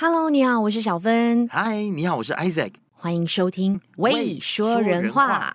Hello， 你好，我是小芬。 嗨，你好，我是 Isaac。 欢迎收听《喂说人话》。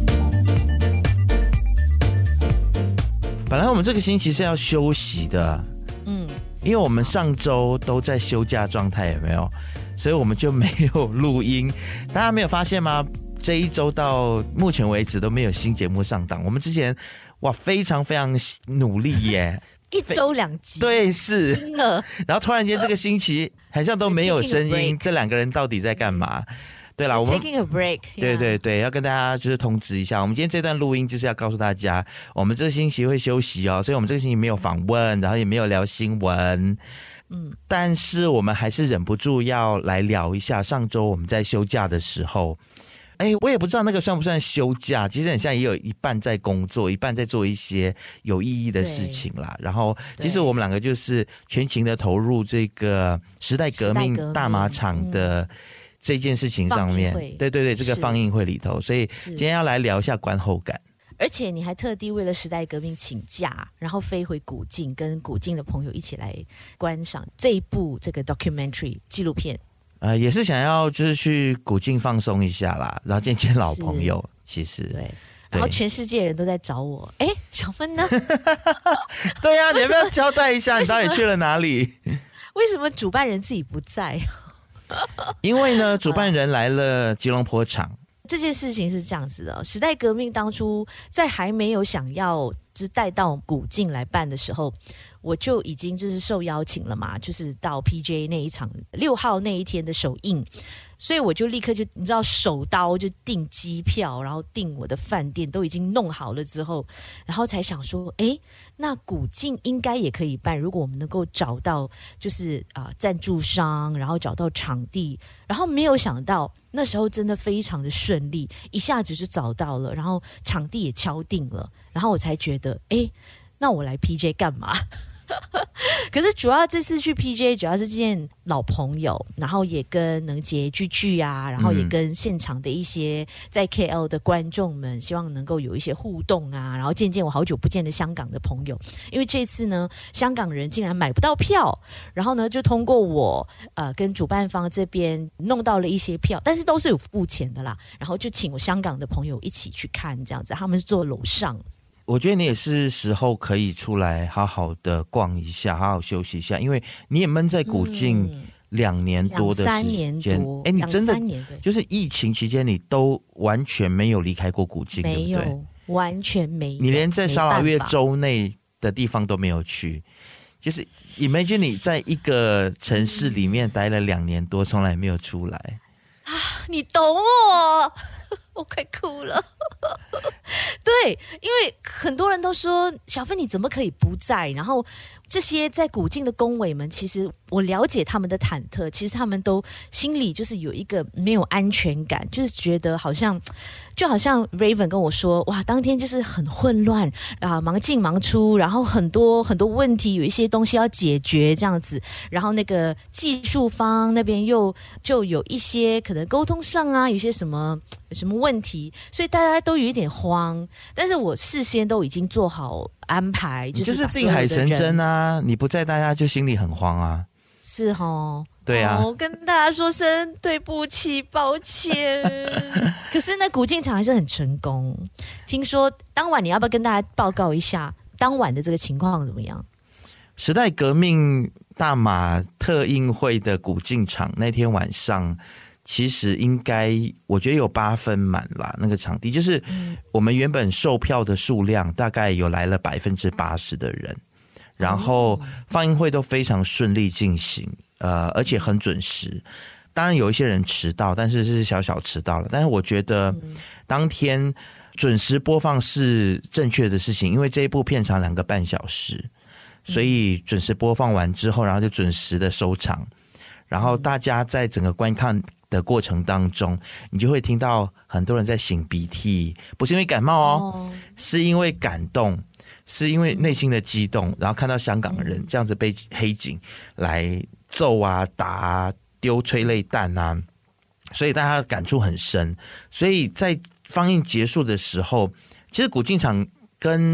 本来我们这个星期是要休息的，因为我们上周都在休假状态，有没有？所以我们就没有录音。大家没有发现吗？这一周到目前为止都没有新节目上档。我们之前非常非常努力耶。 1周2集， 对，是。然后突然间这个星期好像都没有声音，这两个人到底在干嘛？对啦，我们 taking a break， 对对对，要跟大家就是通知一下，我们今天这段录音就是要告诉大家，我们这个星期会休息哦，所以我们这个星期没有访问，然后也没有聊新闻。但是我们还是忍不住要来聊一下上周我们在休假的时候。我也不知道那个算不算休假，其实很像也有一半在工作，一半在做一些有意义的事情啦。然后其实我们两个就是全情的投入这个时代革命大马场的这件事情上面，对对对，这个放映会里头，所以今天要来聊一下观后感。 而且你还特地为了时代革命请假，然后飞回古晋，跟古晋的朋友一起来观赏这一部这个 documentary 纪录片。 也是想要就是去古晋放松一下啦，然后见见老朋友。其实对， 然后全世界人都在找我，小芬呢？ 对啊，你要不要交代一下你到底去了哪里？ 为什么主办人自己不在？ 因为呢，主办人来了吉隆坡场。 这件事情是这样子的，时代革命当初在还没有想要就是带到古晋来办的时候，我就已经就是受邀请了嘛，就是到 PJ 那一场6号那一天的首映，所以我就立刻就你知道手刀就订机票，然后订我的饭店都已经弄好了之后，然后才想说，那古晋应该也可以办，如果我们能够找到就是赞助商，然后找到场地，然后没有想到那时候真的非常的顺利，一下子就找到了，然后场地也敲定了，然后我才觉得，那我来 PJ 干嘛？可是主要这次去 PJ 主要是见老朋友，然后也跟能杰聚啊，然后也跟现场的一些在 KL 的观众们希望能够有一些互动啊，然后见见我好久不见的香港的朋友。因为这次呢香港人竟然买不到票，然后呢就通过我跟主办方这边弄到了一些票，但是都是有付钱的啦，然后就请我香港的朋友一起去看，这样子他们是坐楼上。 我觉得你也是时候可以出来好好的逛一下，好好休息一下，因为你也闷在古晋2年多的时间。 2-3年多， 你真的就是疫情期间你都完全没有离开过古晋， 没有， 对不对？ 完全没有， 你连在沙拉越州内的地方都没有去，就是 imagine 你在一个城市里面待了2年多，从来没有出来啊！你懂我，我快哭了。对，因为很多人都说小芬你怎么可以不在，然后这些在古晋的公委们，其实我了解他们的忐忑，其实他们都心里就是有一个没有安全感，就是觉得就好像 Raven 跟我说，哇，当天就是很混乱忙进忙出，然后很多很多问题，有一些东西要解决这样子，然后那个技术方那边就有一些可能沟通上有些什么问题，所以大家都有一点慌，但是我事先都已经做定安排， 就是定海神针啊！你不在，大家就心里很慌啊。 是齁， 对啊， 我跟大家说声对不起，抱歉。可是呢，古晋场还是很成功。听说当晚你要不要跟大家报告一下当晚的这个情况怎么样？ 时代革命大马特映会的古晋场那天晚上，其实应该我觉得有8分满啦，那个场地就是我们原本售票的数量大概有来了80%的人，然后放映会都非常顺利进行，而且很准时。当然有一些人迟到，但是是小小迟到了，但是我觉得当天准时播放是正确的事情，因为这一部片长2个半小时，所以准时播放完之后，然后就准时的收场，然后大家在整个观看的过程当中，你就会听到很多人在擤鼻涕，不是因为感冒哦，是因为感动，是因为内心的激动，然后看到香港人这样子被黑警来揍啊、打啊、丢催泪弹啊，所以大家感触很深。所以在放映结束的时候，其实古晋场跟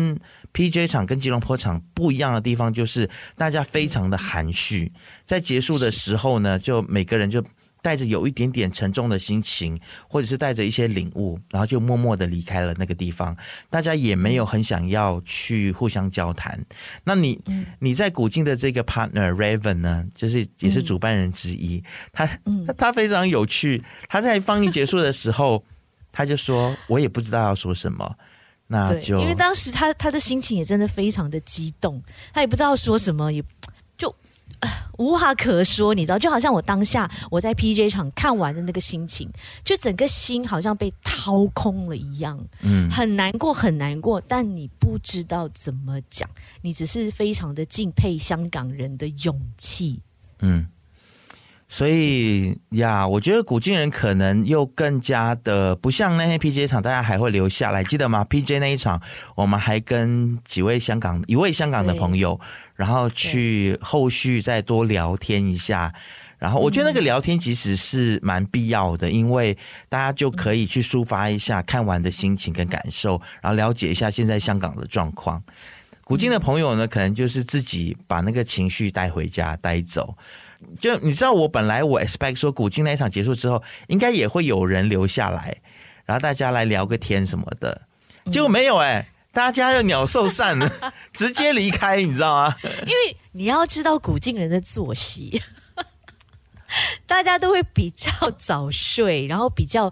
PJ 场跟吉隆坡场不一样的地方就是大家非常的含蓄，在结束的时候呢，就每个人就带着有一点点沉重的心情，或者是带着一些领悟，然后就默默的离开了那个地方。大家也没有很想要去互相交谈。那你在古晋的这个 partner Raven 呢，就是也是主办人之一，他非常有趣。他在放映结束的时候，他就说：“我也不知道要说什么。”那就因为当时他的心情也真的非常的激动，他也不知道说什么，也就无话可说，你知道，就好像我当下我在 PJ 场看完的那个心情，就整个心好像被掏空了一样，很难过很难过，但你不知道怎么讲，你只是非常的敬佩香港人的勇气， 所以呀，我觉得古晋人可能又更加的不像那些 PJ 场，大家还会留下来，记得吗 ？PJ 那一场，我们还跟一位香港的朋友，然后去后续再多聊天一下。然后我觉得那个聊天其实是蛮必要的，因为大家就可以去抒发一下看完的心情跟感受，然后了解一下现在香港的状况。古晋的朋友呢，可能就是自己把那个情绪带回家带走。就你知道，我本来我 expect 说古晋那一场结束之后，应该也会有人留下来，然后大家来聊个天什么的，结果没有大家就鸟兽散了，直接离开，你知道吗？ 因为你要知道古晋人的作息。大家都会比较早睡，然后比较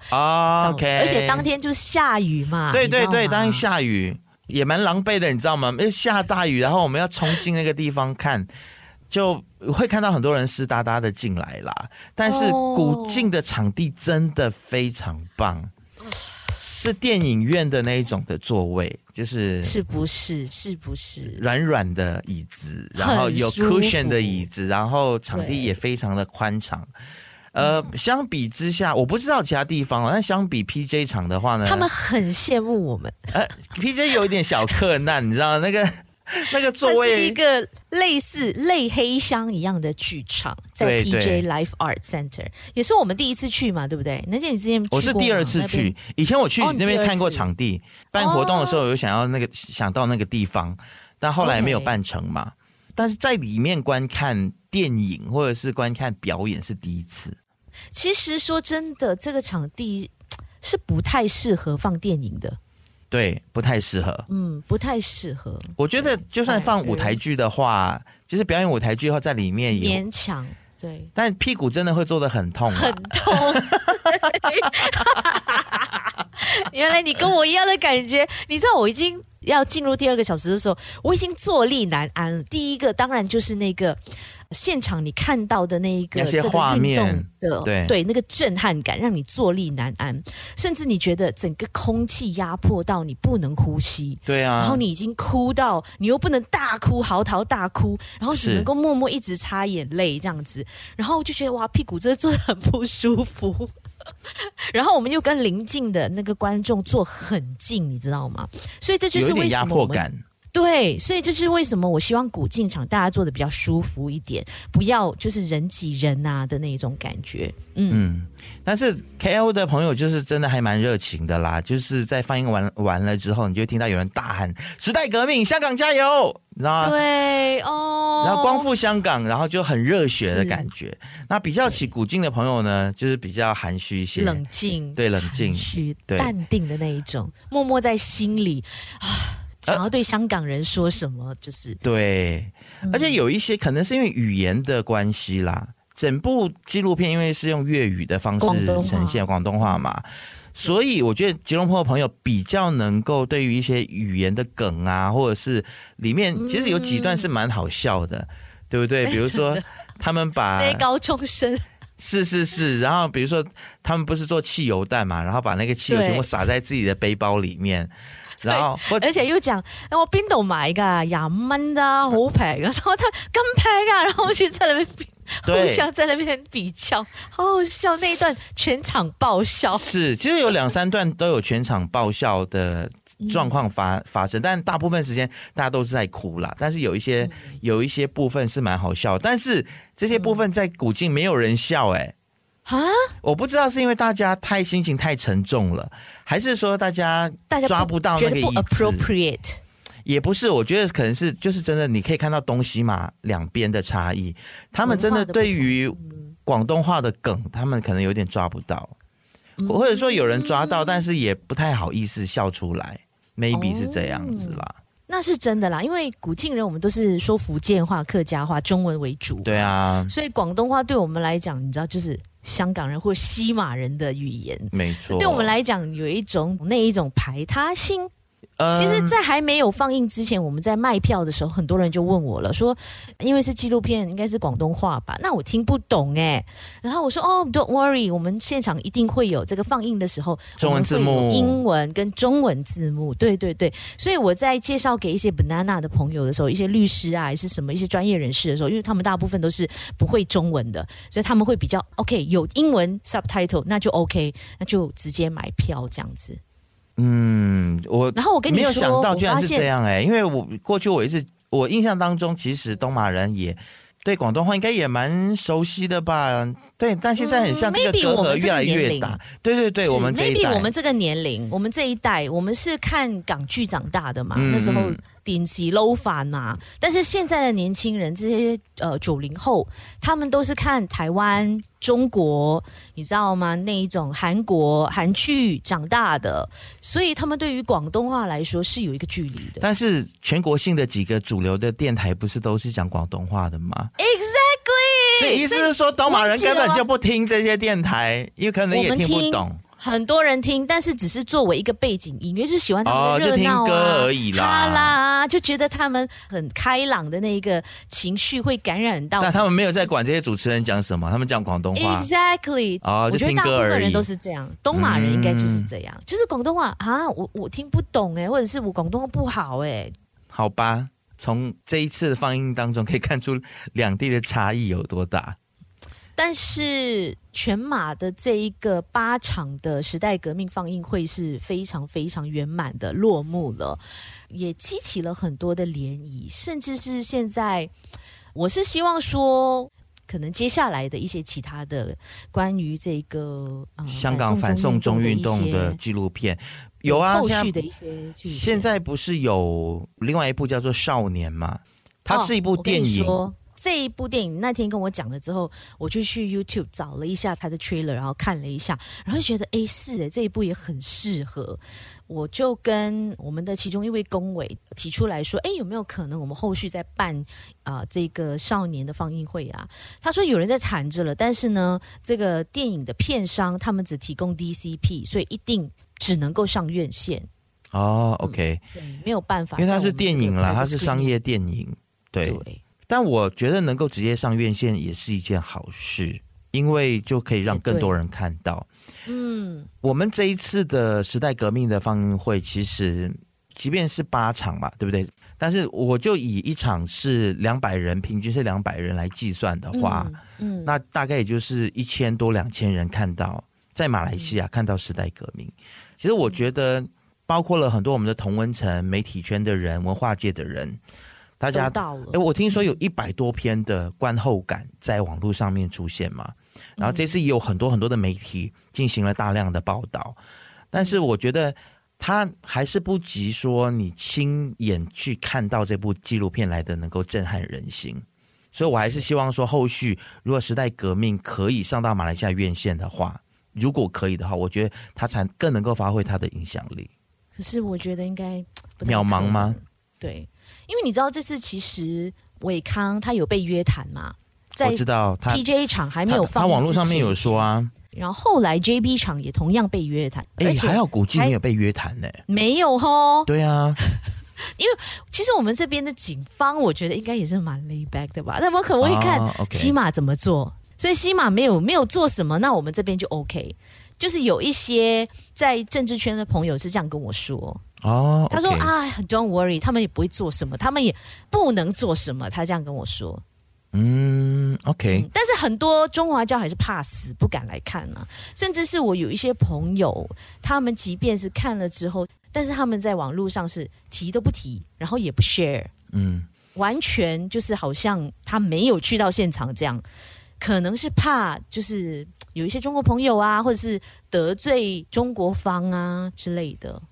OK， 而且当天就下雨嘛。 对对对，当天下雨也蛮狼狈的，你知道吗？因为下大雨，然后我们要冲进那个地方看，就会看到很多人湿哒哒的进来啦。但是古晋的场地真的非常棒，是电影院的那一种的座位，是不是软软的椅子，然后有 cushion 的椅子，然后场地也非常的宽敞。相比之下，我不知道其他地方，但相比 PJ 场的话呢， 他们很羡慕我们。 PJ 有一点小克难，你知道那个座位， 它是一个类似类黑箱一样的剧场，在 PJ Live Art Center， 也是我们第一次去嘛，对不对？那你之前去过吗？ 我是第二次去，以前我去那边看过场地，办活动的时候有想到那个地方，但后来没有办成嘛。但是在里面观看电影或者是观看表演是第一次。 其实说真的，这个场地是不太适合放电影的。 对，不太适合。 不太适合。 我觉得就算放舞台剧的话，就是表演舞台剧的话，在里面也勉强。对， 但屁股真的会坐得很痛， 很痛。原来你跟我一样的感觉。你知道我已经要进入第二个小时的时候，我已经坐立难安了。第一个当然就是那个现场你看到的那一个些画面的，对那个震撼感，让你坐立难安，甚至你觉得整个空气压迫到你不能呼吸。 对啊， 然后你已经哭到你又不能大哭嚎啕大哭，然后只能够默默一直擦眼泪这样子，然后我就觉得哇，屁股真的坐得很不舒服。然后我们又跟邻近的那个观众坐很近，你知道吗？所以这就是为什么有一点压迫感。 对，所以这是为什么我希望古晋场大家做的比较舒服一点，不要就是人挤人啊的那种感觉。 但是 KL 的朋友就是真的还蛮热情的啦，就是在放映完了之后，你就会听到有人大喊“时代革命，香港加油”，你知道吗？ 对哦， 然后光复香港，然后就很热血的感觉。那比较起古晋的朋友呢，就是比较含蓄一些， 冷静， 对，冷静、 淡定的那一种，默默在心里想要对香港人说什么，就是对。而且有一些可能是因为语言的关系啦，整部纪录片因为是用粤语的方式呈现广东话嘛，所以我觉得吉隆坡的朋友比较能够对于一些语言的梗啊，或者是里面其实有几段是蛮好笑的，对不对？比如说他们把那高中生。 是，然后比如说他们不是做汽油弹嘛，然后把那个汽油全部撒在自己的背包里面，然后而且又讲我邊度買㗎，25蚊咋，好平，然後他咁平啊，然後就在那邊互相在那邊比較，好好笑，那一段全場爆笑。 是，其實有2-3段都有全場爆笑的状況發生，但大部分時間大家都是在哭啦，但是有一些部分是蠻好笑，但是這些部分在古晉沒有人笑我不知道是因為大家心情太沉重了，還是說大家抓不到那個意思， 覺得不 appropriate。 也不是，我觉得可能是就是真的，你可以看到东西嘛两边的差异，他们真的对于广东话的梗，他们可能有点抓不到，或者说有人抓到，但是也不太好意思笑出来 ，maybe 是这样子啦。 那是真的啦，因为古晋人我们都是说福建话、客家话、中文为主， 对啊， 所以广东话对我们来讲，你知道就是香港人或西马人的语言， 没错， 对我们来讲有那一种排他性。其实，在还没有放映之前，我们在卖票的时候，很多人就问我了，说因为是纪录片，应该是广东话吧？那我听不懂然后我说don't worry， 我们现场一定会有这个放映的时候， 中文字幕、 英文跟中文字幕。对对对，所以我在介绍给一些 banana 的朋友的时候，一些律师啊，还是什么一些专业人士的时候，因为他们大部分都是不会中文的，所以他们会比较 OK， 有英文 subtitle 那就 OK， 那就直接买票这样子。 然后我跟你说，没有想到居然是这样因为我过去我印象当中，其实东马人也对广东话应该也蛮熟悉的吧？对，但现在很像这个隔阂越来越大。对对对，我们这一代， maybe 我们这个年龄，我们这一代，我们是看港剧长大的嘛，那时候电视捞饭嘛。但是现在的年轻人，这些90后，他们都是看台湾、中国，你知道吗？那一种韩国韩剧长大的，所以他们对于广东话来说是有一个距离的。 但是全国性的几个主流的电台不是都是讲广东话的吗 ？Exactly。 所以意思是说，东马人根本就不听这些电台，因为可能也听不懂。 很多人听，但是只是作为一个背景音乐，就是喜欢他们的热闹就听歌而已啦， 哈啦，就觉得他们很开朗的那个情绪会感染到。 但他们没有在管这些主持人讲什么，他们讲广东话。 Exactly， 我觉得大部分人都是这样，东马人应该就是这样，就是广东话啊，我听不懂或者是我广东话不好好吧，从这一次的放映当中可以看出两地的差异有多大。 但是全马的这一个8场的时代革命放映会是非常非常圆满的落幕了，也激起了很多的涟漪，甚至是现在我是希望说可能接下来的一些其他的关于这个香港反送中运动的纪录片有啊， 后续的一些纪录片现在不是有另外一部叫做《少年》吗？它是一部电影。 这一部电影那天跟我讲了之后，我就去 YouTube 找了一下它的 trailer， 然后看了一下，然后就觉得这一部也很适合。我就跟我们的其中一位公委提出来说，有没有可能我们后续再办这个少年的放映会啊？他说有人在谈着了，但是呢，这个电影的片商他们只提供 DCP， 所以一定只能够上院线。 OK， 没有办法， 因为它是电影啦，它是商业电影，对。但我觉得能够直接上院线也是一件好事，因为就可以让更多人看到。我们这一次的时代革命的放映会，其实即便是8场嘛，对不对？但是我就以一场是200人，平均是200人来计算的话，那大概也就是1000多2000人看到，在马来西亚看到时代革命。其实我觉得包括了很多我们的同温层、媒体圈的人、文化界的人。大家我听说有100多篇的观后感在网络上面出现嘛，然后这次也有很多很多的媒体进行了大量的报道，但是我觉得它还是不及说你亲眼去看到这部纪录片来的能够震撼人心，所以我还是希望说后续如果时代革命可以上到马来西亚院线的话，如果可以的话，我觉得它才更能够发挥它的影响力。 可是我觉得应该不太渺茫吗？ 对，因为你知道这次其实伟康他有被约谈嘛，在 PJ 场还没有放映之前，他网络上面有说啊， 然后后来 JB 场也同样被约谈，而且还有古迹没有被约谈呢？ 没有齁。 对啊， 因为其实我们这边的警方，我觉得应该也是蛮 laid back 的吧？那我可不可以看西马怎么做？所以西马没有做什么，那我们这边就 OK。就是有一些在政治圈的朋友是这样跟我说。他说don't worry， 他们也不会做什么，他们也不能做什么，他这样跟我说。 OK。 但是很多中华教还是怕死，不敢来看啊。甚至是我有一些朋友，他们即便是看了之后，但是他们在网络上是提都不提，然后也不 share，完全就是好像他没有去到现场这样。可能是怕就是有一些中国朋友啊，或者是得罪中国方啊之类的。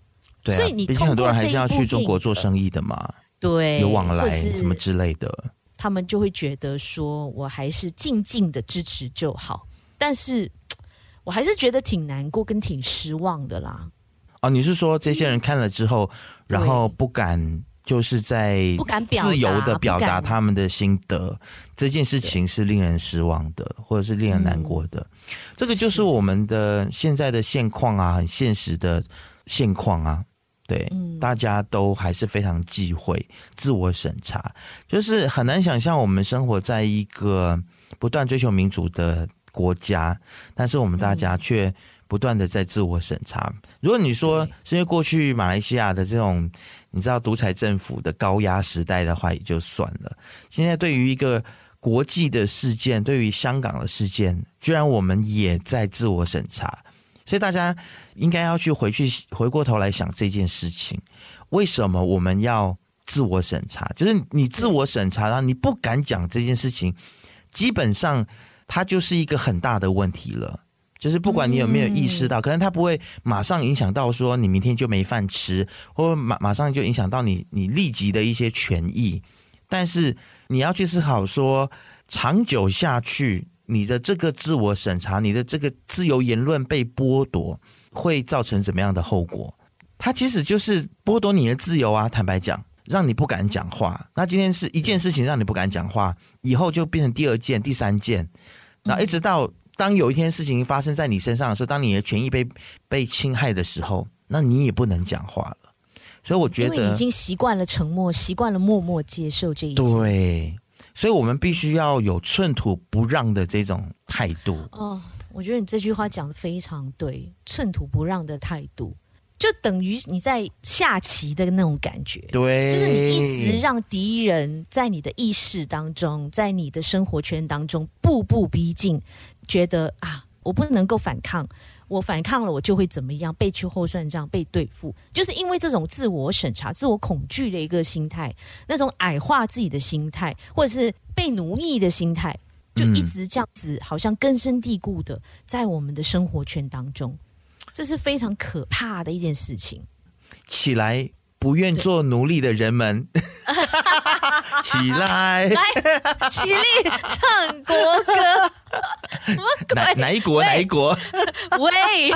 对啊， 所以你毕竟很多人还是要去中国做做生意的嘛， 对， 有往来什么之类的， 他们就会觉得说我还是静静的支持就好，但是我还是觉得挺难过跟挺失望的啦。 哦，你是说这些人看了之后，然后不敢就是在自由的表达他们的心得，这件事情是令人失望的，或者是令人难过的。这个就是我们的现在的现况啊，很现实的现况啊。对，大家都还是非常忌讳自我审查，就是很难想象我们生活在一个不断追求民主的国家，但是我们大家却不断的在自我审查。如果你说是因为过去马来西亚的这种你知道独裁政府的高压时代的话也就算了，现在对于一个国际的事件，对于香港的事件，居然我们也在自我审查，所以大家应该要去回过头来想这件事情，为什么我们要自我审查？就是你自我审查，然后你不敢讲这件事情，基本上它就是一个很大的问题了。就是不管你有没有意识到，可能它不会马上影响到说你明天就没饭吃，或马上就影响到你立即的一些权益，但是你要去思考说，长久下去，你的这个自我审查，你的这个自由言论被剥夺，会造成怎么样的后果？它其实就是剥夺你的自由啊！坦白讲，让你不敢讲话。那今天是一件事情让你不敢讲话，以后就变成第二件、第三件，然后一直到当有一天事情发生在你身上的时候，当你的权益被侵害的时候，那你也不能讲话了。所以我觉得， 因为你已经习惯了沉默，习惯了默默接受这一切。 对，所以我们必须要有寸土不让的这种态度。 哦，我觉得你这句话讲得非常对，寸土不让的态度，就等于你在下棋的那种感觉。 对， 就是你一直让敌人在你的意识当中，在你的生活圈当中步步逼近，觉得啊，我不能够反抗，我反抗了我就会怎么样，被秋后算账，被对付，就是因为这种自我审查、自我恐惧的一个心态，那种矮化自己的心态，或者是被奴役的心态，就一直这样子，好像根深蒂固的在我们的生活圈当中，这是非常可怕的一件事情。 起来，不愿做奴隶的人们，起来， 来，起立，唱国歌，什么鬼？ 哪一国？哪一国？ 喂，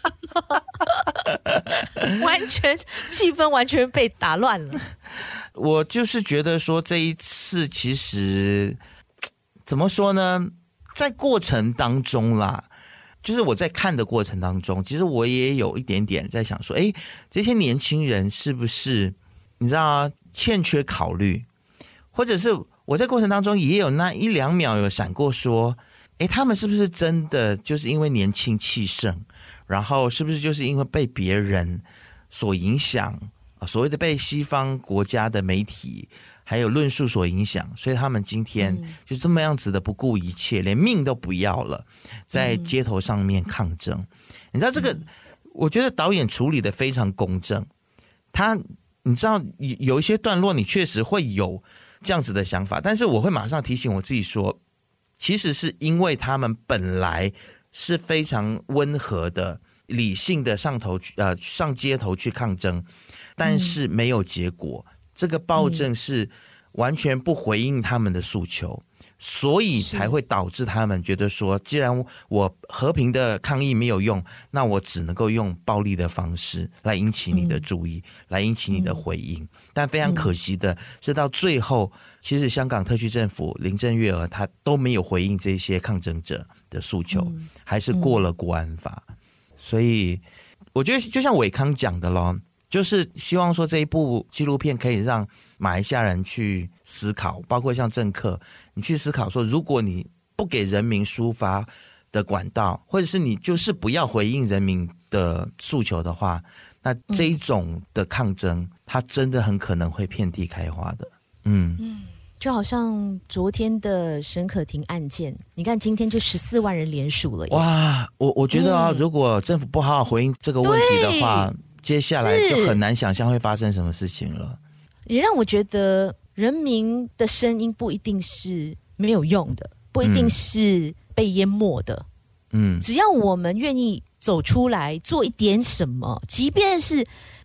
完全气氛完全被打乱了。 我就是觉得说这一次其实怎么说呢，在过程当中啦，就是我在看的过程当中，其实我也有一点点在想说，这些年轻人是不是你知道啊，欠缺考虑，或者是我在过程当中也有那一两秒有闪过说，他们是不是真的就是因为年轻气盛，然后是不是就是因为被别人所影响，所谓的被西方国家的媒体还有论述所影响，所以他们今天就这么样子的不顾一切，连命都不要了，在街头上面抗争。你知道这个，我觉得导演处理的非常公正。你知道有一些段落你确实会有这样子的想法，但是我会马上提醒我自己说，其实是因为他们本来是非常温和的、理性的上街头去抗争，但是没有结果。这个暴政是完全不回应他们的诉求，所以才会导致他们觉得说，既然我和平的抗议没有用，那我只能够用暴力的方式来引起你的注意，来引起你的回应。但非常可惜的是，到最后，其实香港特区政府林郑月娥她都没有回应这些抗争者的诉求，还是过了国安法。所以我觉得就像伟康讲的咯，就是希望说这一部纪录片可以让马来西亚人去思考，包括像政客，你去思考说，如果你不给人民抒发的管道，或者是你就是不要回应人民的诉求的话，那这一种的抗争，它真的很可能会遍地开花的。 就好像昨天的沈可婷案件，你看今天就14万人联署了耶。 哇，我觉得如果政府不好好回应这个问题的话，接下来就很难想象会发生什么事情了。 也让我觉得人民的声音不一定是没有用的，不一定是被淹没的。只要我们愿意走出来做一点什么，即便是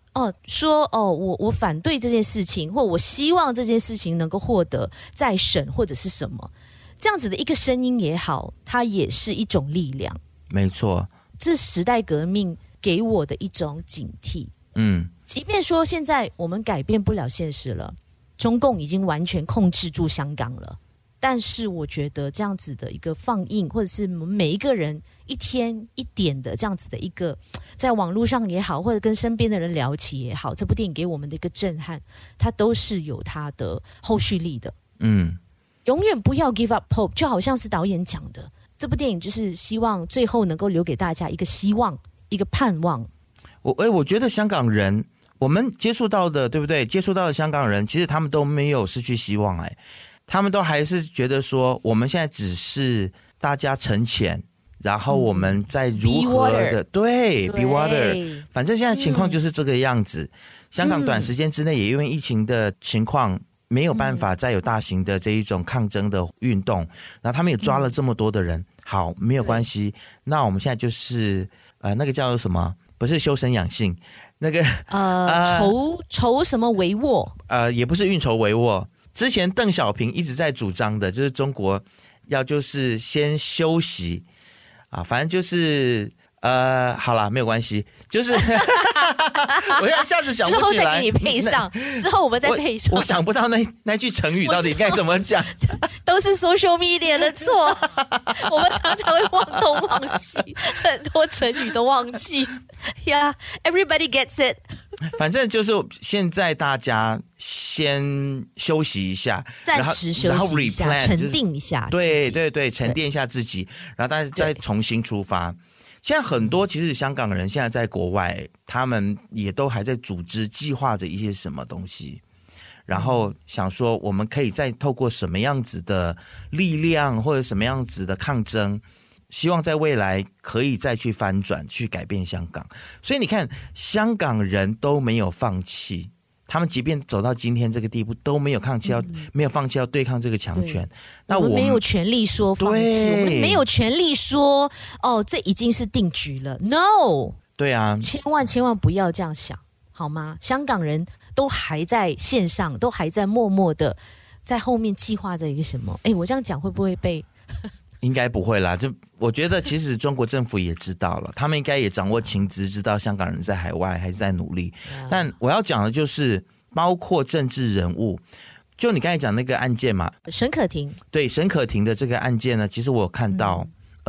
说我反对这件事情，或我希望这件事情能够获得再审或者是什么，这样子的一个声音也好，它也是一种力量。 没错， 这时代革命给我的一种警惕。即便说现在我们改变不了现实了，中共已经完全控制住香港了，但是我觉得这样子的一个放映，或者是每一个人一天一点的这样子的一个，在网络上也好，或者跟身边的人聊起也好，这部电影给我们的一个震撼，它都是有它的后续力的。永远不要 give up hope， 就好像是导演讲的，这部电影就是希望最后能够留给大家一个希望，一个盼望。 我觉得香港人，我们接触到的，对不对？接触到的香港人，其实他们都没有失去希望，他们都还是觉得说，我们现在只是大家沉潜，然后我们在如何的对 be water， 反正现在情况就是这个样子。香港短时间之内也因为疫情的情况，没有办法再有大型的这一种抗争的运动，然后他们也抓了这么多的人，好，没有关系，那我们现在就是那个叫做什么？不是修身养性，那个筹什么帷幄？ 也不是运筹帷幄。之前邓小平一直在主张的，就是中国要就是先休息啊，反正就是好啦，没有关系，就是我一下子想不起来， 之后再给你配上，之后我们再配上。 我想不到那句成语到底该怎么讲， 都是 social media 的错，我们常常会忘东忘西，很多成语都忘记。Yeah, everybody gets it。 反正就是现在大家先休息一下， 暂时休息一下，沉淀一下， 对对对，沉淀一下自己，然后大家再重新出发。现在很多其实香港人现在在国外，他们也都还在组织计划着一些什么东西，然后想说我们可以再透过什么样子的力量或者什么样子的抗争，希望在未来可以再去翻转，去改变香港。所以你看，香港人都没有放弃，他们即便走到今天这个地步，都没有没有放弃要对抗这个强权。那我们没有权利说放弃，我们没有权利说这已经是定局了。No， 对啊， 千万不要这样想，好吗？香港人都还在线上，都还在默默的在后面计划着一个什么？我这样讲会不会被？ 应该不会啦，就我觉得其实中国政府也知道了，他们应该也掌握情资，知道香港人在海外还是在努力。但我要讲的就是包括政治人物，就你刚才讲那个案件嘛， 沈可婷， 对，沈可婷的这个案件呢，其实我有看到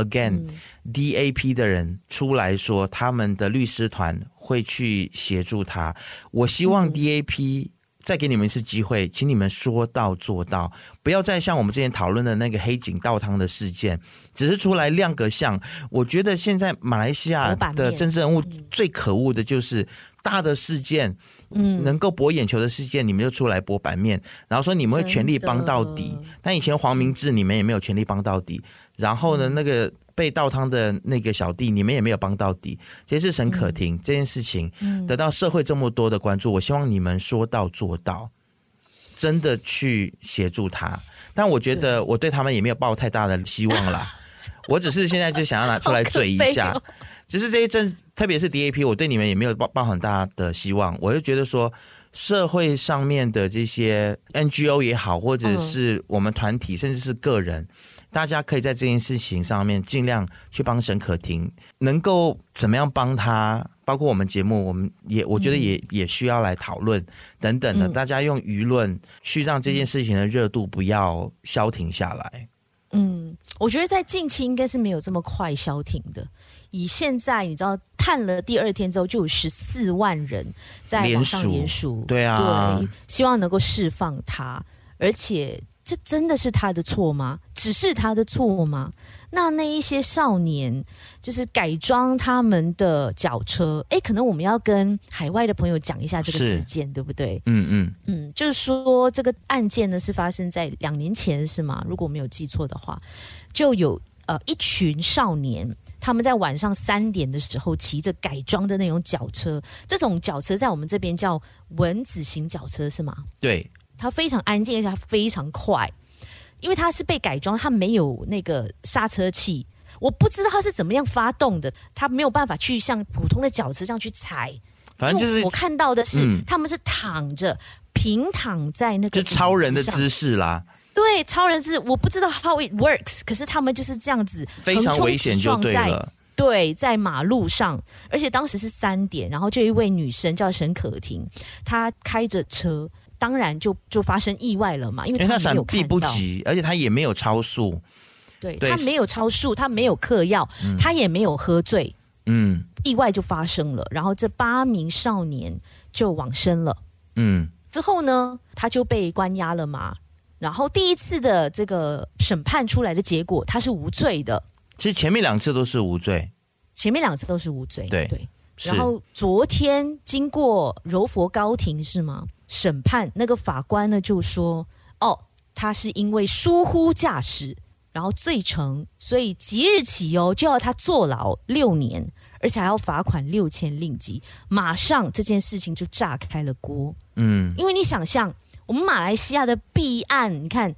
DAP 的人出来说他们的律师团会去协助他，我希望 DAP再给你们一次机会，请你们说到做到，不要再像我们之前讨论的那个黑警倒汤的事件，只是出来亮个相。我觉得现在马来西亚的政治人物最可恶的就是大的事件，能够博眼球的事件，你们就出来博版面，然后说你们会全力帮到底。但以前黄明志你们也没有全力帮到底，然后呢，那个被倒汤的那个小弟，你们也没有帮到底。其实是沈可婷这件事情得到社会这么多的关注，我希望你们说到做到，真的去协助他。但我觉得我对他们也没有抱太大的希望啦，我只是现在就想要拿出来嘴一下。就是这一阵，特别是 DAP， 我对你们也没有抱很大的希望。我就觉得说，社会上面的这些 NGO 也好，或者是我们团体，甚至是个人，大家可以在这件事情上面尽量去帮沈可婷，能够怎么样帮他，包括我们节目，我觉得也需要来讨论等等的，大家用舆论去让这件事情的热度不要消停下来。 我觉得在近期应该是没有这么快消停的。以现在你知道判了第2天之后，就有14万人在网上联署， 对啊， 对，希望能够释放他。而且这真的是他的错吗？只是他的错吗？那一些少年就是改装他们的脚车，可能我们要跟海外的朋友讲一下这个事件，对不对？就是说这个案件呢是发生在2年前是吗？如果我没有记错的话，就有一群少年，他们在晚上3点的时候骑着改装的那种脚车，这种脚车在我们这边叫蚊子型脚车是吗？ 对， 它非常安静，而且它非常快。因为它是被改装，它没有那个刹车器，我不知道它是怎么样发动的，它没有办法去像普通的脚车这样去踩， 反正就是我看到的是，他们是躺着平躺在那个就超人的姿势啦。 对，超人是我不知道 how it works， 可是他们就是这样子， 非常危险就对了。 对，在马路上，而且当时是3点，然后就一位女生叫沈可婷，她开着车，当然就发生意外了嘛，因为她闪避不及，而且她也没有超速。 对，她没有超速，她没有嗑药，她也没有喝醉。意外就发生了，然后这8名少年就往生了。之后呢，他就被关押了嘛。然后第一次的这个审判出来的结果，他是无罪的。 其实前面2次都是无罪， 对。然后昨天经过柔佛高庭是吗？审判那个法官呢就说，他是因为疏忽驾驶，然后罪成，所以即日起就要他坐牢6年，而且还要罚款6000令吉。马上这件事情就炸开了锅。因为你想象我们马来西亚的弊案，你看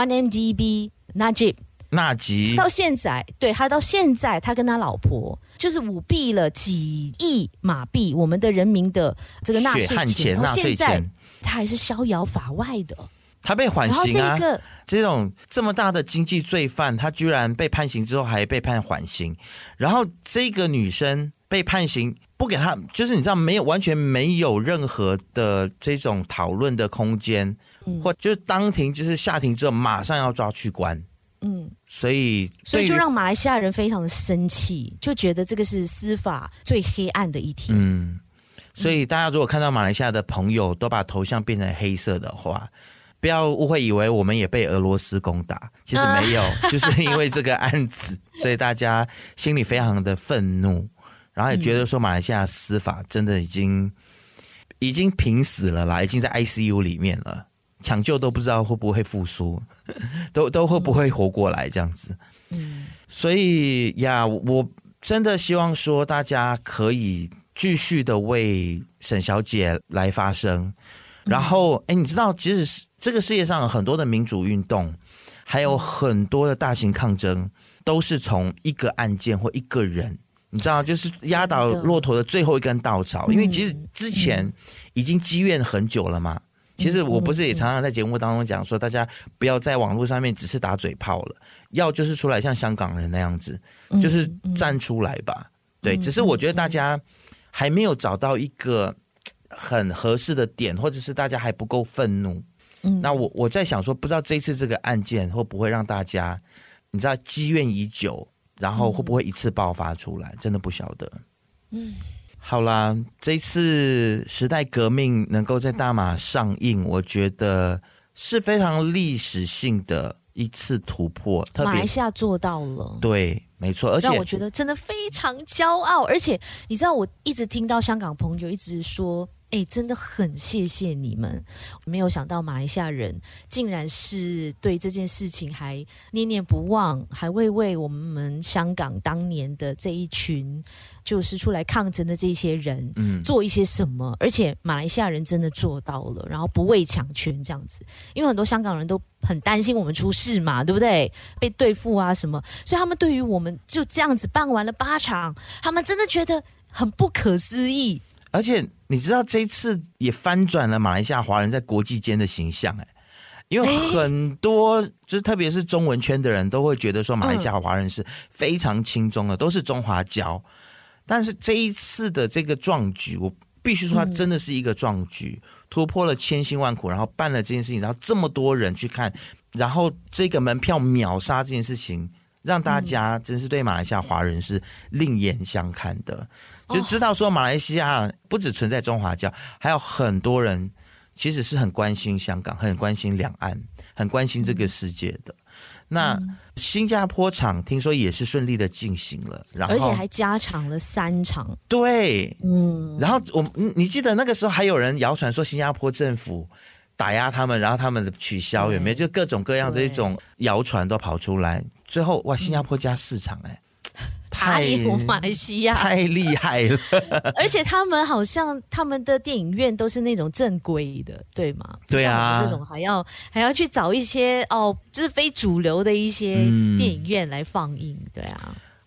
1MDB 纳吉到现在，对，他到现在他跟他老婆就是舞弊了几亿马币，我们的人民的这个纳税钱，到现在他还是逍遥法外的。 他被缓刑啊，这种这么大的经济罪犯，他居然被判刑之后还被判缓刑，然后这个女生被判刑不给他，就是你知道完全没有任何的这种讨论的空间，或就是当庭就是下庭之后马上要抓去关。所以就让马来西亚人非常的生气，就觉得这个是司法最黑暗的一天。 所以大家如果看到马来西亚的朋友都把头像变成黑色的话，不要误会以为我们也被俄罗斯攻打，其实没有，就是因为这个案子，所以大家心里非常的愤怒，然后也觉得说马来西亚司法真的已经濒死了啦，已经在 ICU 里面了。抢救都不知道会不会复苏，都会不会活过来这样子。所以呀，我真的希望说大家可以继续的为沈小姐来发声。然后，你知道，即使这个世界上有很多的民主运动，还有很多的大型抗争，都是从一个案件或一个人，你知道，就是压倒骆驼的最后一根稻草。因为其实之前已经积怨很久了嘛。其实我不是也常常在节目当中讲说，大家不要在网络上面只是打嘴炮了，要就是出来像香港人那样子，就是站出来吧。对，只是我觉得大家还没有找到一个很合适的点，或者是大家还不够愤怒。那我在想说，不知道这一次这个案件会不会让大家，你知道积怨已久，然后会不会一次爆发出来，真的不晓得。好啦，这次时代革命能够在大马上映，我觉得是非常历史性的一次突破，特别马来西亚做到了， 对，没错，而且让我觉得真的非常骄傲。而且你知道，我一直听到香港朋友一直说，真的很谢谢你们。没有想到马来西亚人竟然是对这件事情还念念不忘，还会为我们香港当年的这一群就是出来抗争的这些人做一些什么。而且马来西亚人真的做到了，然后不畏强权这样子。因为很多香港人都很担心我们出事嘛，对不对？被对付啊什么，所以他们对于我们就这样子办完了8场，他们真的觉得很不可思议。 而且你知道这一次也翻转了马来西亚华人在国际间的形象，因为很多就是特别是中文圈的人都会觉得说马来西亚华人是非常亲中的，都是中华骄。但是这一次的这个壮举，我必须说它真的是一个壮举，突破了千辛万苦，然后办了这件事情，然后这么多人去看，然后这个门票秒杀这件事情，让大家真是对马来西亚华人是另眼相看的。就知道说马来西亚不只存在中华教，还有很多人其实是很关心香港，很关心两岸，很关心这个世界的。那新加坡场听说也是顺利的进行了，然后而且还加长了3场。 对，然后你记得那个时候还有人谣传说新加坡政府打压他们，然后他们的取消有没有？就各种各样的一种谣传都跑出来，最后哇，新加坡加4场太马来西亚太厉害了。 而且他们好像他们的电影院都是那种正规的，对吗？ 对啊， 这种还要去找一些就是非主流的一些电影院来放映，对啊。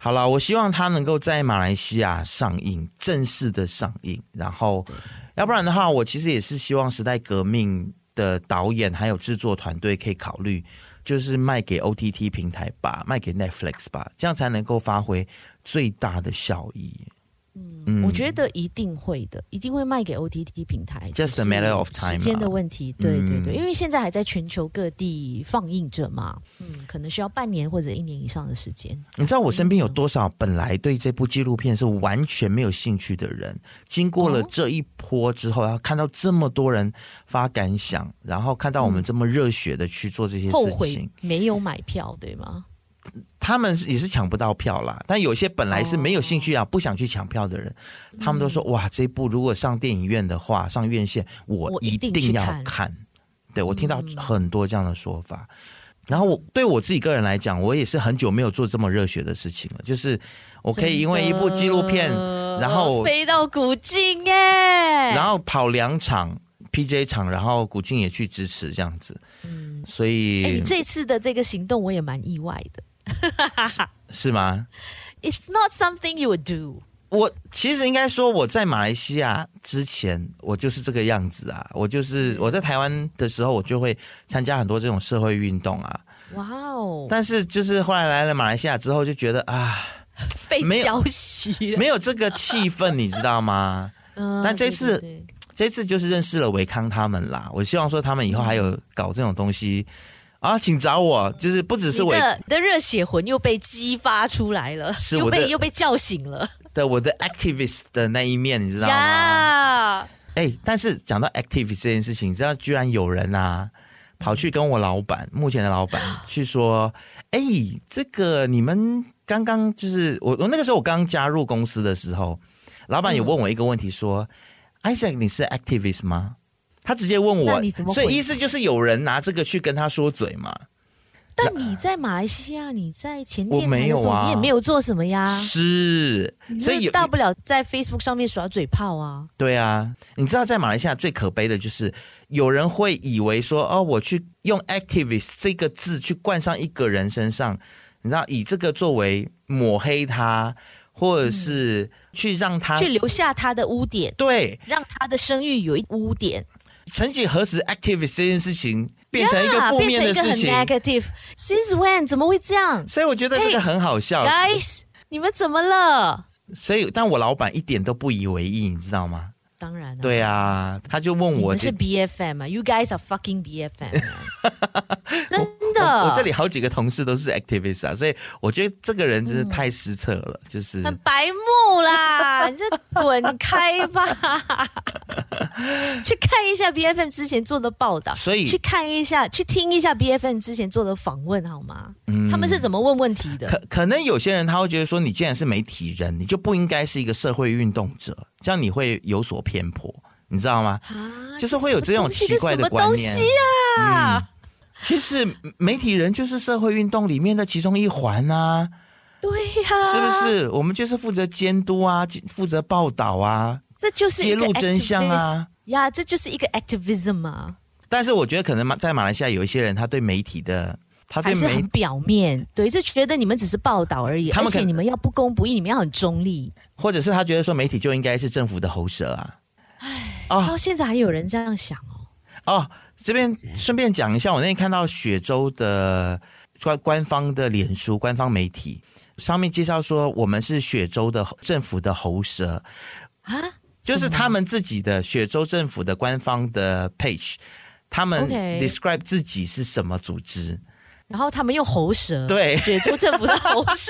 好了，我希望它能够在马来西亚上映，正式的上映。然后，要不然的话，我其实也是希望时代革命的导演还有制作团队可以考虑，就是卖给 OTT 平台吧，卖给 Netflix 吧，这样才能够发挥最大的效益。 我觉得一定会的，一定会卖给 OTT 平台 ，just a matter of time， 时间的问题。对对对，因为现在还在全球各地放映着嘛，可能需要半年或者1年以上的时间。 你知道我身边有多少本来对这部纪录片是完全没有兴趣的人，经过了这一波之后，然后看到这么多人发感想，然后看到我们这么热血的去做这些事情， 后悔没有买票，对吗？ 他们也是抢不到票啦，但有些本来是没有兴趣不想去抢票的人，他们都说哇，这一部如果上电影院的话，上院线我一定要看。对，我听到很多这样的说法。然后对我自己个人来讲，我也是很久没有做这么热血的事情了，就是我可以因为一部纪录片，然后飞到古晋耶， 然后跑2场 PJ 场，然后古晋也去支持这样子。所以你这次的这个行动我也蛮意外的。 是吗？ It's not something you would do。 我其实应该说，我在马来西亚之前，我就是这个样子啊。我在台湾的时候，我就会参加很多这种社会运动啊。 哇哦！ 但是就是后来来了马来西亚之后，就觉得啊， 被浇熄了， 没有这个气氛，你知道吗？但这次这次就是认识了维康他们啦。我希望说他们以后还有搞这种东西。请找我，就是不只是你的热血魂又被激发出来了， 是又被叫醒了。 对，我的 activist 的那一面，你知道吗？但是讲到 activist 这件事情，你知道居然有人跑去跟我目前的老板去说，这个你们刚刚就是我那个时候我刚加入公司的时候，老板有问我一个问题说，Isaac 你是 activist 吗？他直接问我，所以意思就是有人拿这个去跟他说嘴嘛。 但你在马来西亚，你在前电台的时候，你也没有做什么呀。 是，所以大不了在 Facebook 上面耍嘴炮啊。 对啊，你知道在马来西亚最可悲的就是有人会以为说，我去用 activist 这个字去冠上一个人身上，你知道以这个作为抹黑他。或者是去让他去留下他的污点， 对， 让他的声誉有一污点。 曾几何时 activist 这件事情变成一个负面的事情， 变成一个很 negative。 Since when？ 怎么会这样？ 所以我觉得这个很好笑。 Guys， 你们怎么了？ 所以但我老板一点都不以为意，你知道吗？ 当然对啊，他就问我， 你们是 BFM 啊 ？You guys are fucking BFM 真的我这里好几个同事都是 activist 啊，所以我觉得这个人真是太失策了，就是很白目啦，你就滚开吧。去看一下 BFM 之前做的报道， 所以去听一下 BFM 之前做的访问好吗？他们是怎么问问题的？ 可能有些人他会觉得说，你既然是媒体人，你就不应该是一个社会运动者，这样你会有所偏颇，你知道吗？就是会有这种奇怪的观念。 什么东西啊？ 其实媒体人就是社会运动里面的其中一环啊。 对呀， 是不是？我们就是负责监督啊，负责报道啊， 这就是一个揭露真相啊。 呀，这就是一个 activism 啊。 但是我觉得可能在马来西亚有一些人，他对媒体的。 还是很表面，对，就觉得你们只是报道而已，而且你们要不公不义，你们要很中立， 或者是他觉得说媒体就应该是政府的喉舌啊。 到现在还有人这样想这边顺便讲一下，我那天看到雪州的官方的脸书官方媒体上面介绍说，我们是雪州的政府的喉舌啊，就是他们自己的雪州政府的官方的 page， 他们 describe 自己是什么组织。 然后他们用喉舌， 对， 雪州政府的喉舌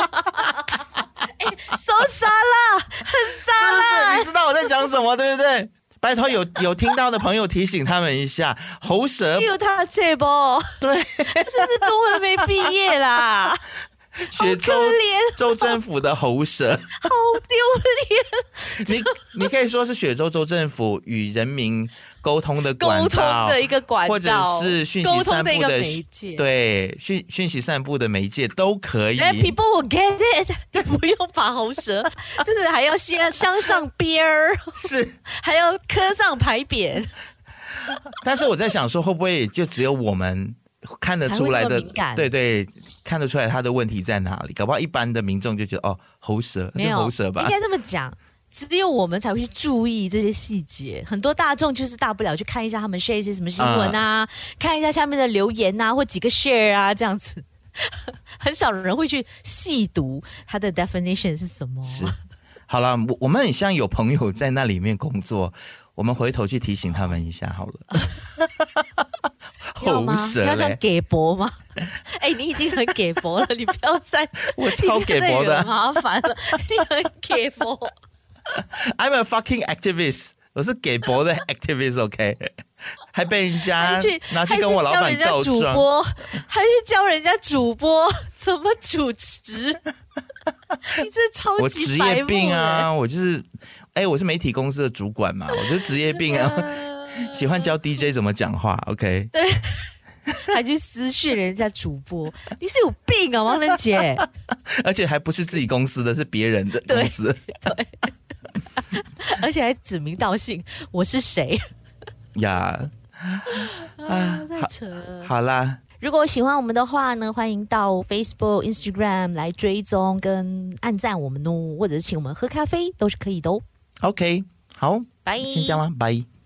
，so 傻啦，很傻啦， 是不是？你知道我在讲什么，对不对？拜托有听到的朋友提醒他们一下，喉舌有他这不？对，是不是中文没毕业啦？ 雪州政府的喉舌， 好丢脸。你可以说是雪州州政府与人民沟通的管道， 的一个管道， 或者是讯息散布的媒介， 对，讯息散布的媒介都可以。 People will get it， 不用把喉舌，就是还要先镶上边儿， 是还要刻上牌匾。但是我在想说，会不会就只有我们看得出来的？对对， 看得出来他的问题在哪里。搞不好一般的民众就觉得喉舌，就喉舌吧。 应该这么讲，只有我们才会去注意这些细节。很多大众就是大不了去看一下他们 share 一些什么新闻啊，看一下下面的留言啊，或几个 share 啊，这样子。很少人会去细读它的 definition 是什么。 是，好了，我们很像有朋友在那里面工作，我们回头去提醒他们一下好了。 要吗？你要这样给博吗？你已经很给博了，你不要再我超给博的， 麻烦了，你很给博。 I'm a fucking activist， 我是给博的 activist，OK， 还被人家拿去跟我老板告状， 还去教人家主播怎么主持，你这超级我职业病啊！我就是，我是媒体公司的主管嘛，我就是职业病啊，喜欢教 DJ 怎么讲话 ，OK？ 对，还去私讯人家主播，你是有病啊，王仁杰！ 而且还不是自己公司的，是别人的公司， 对，而且还指名道姓，我是谁呀？ 太扯了。 好啦。 如果喜欢我们的话呢，欢迎到 Facebook、Instagram 来追踪跟按赞我们哦，或者是请我们喝咖啡都是可以的哦。 OK， 好， 拜， 先这样啦，拜。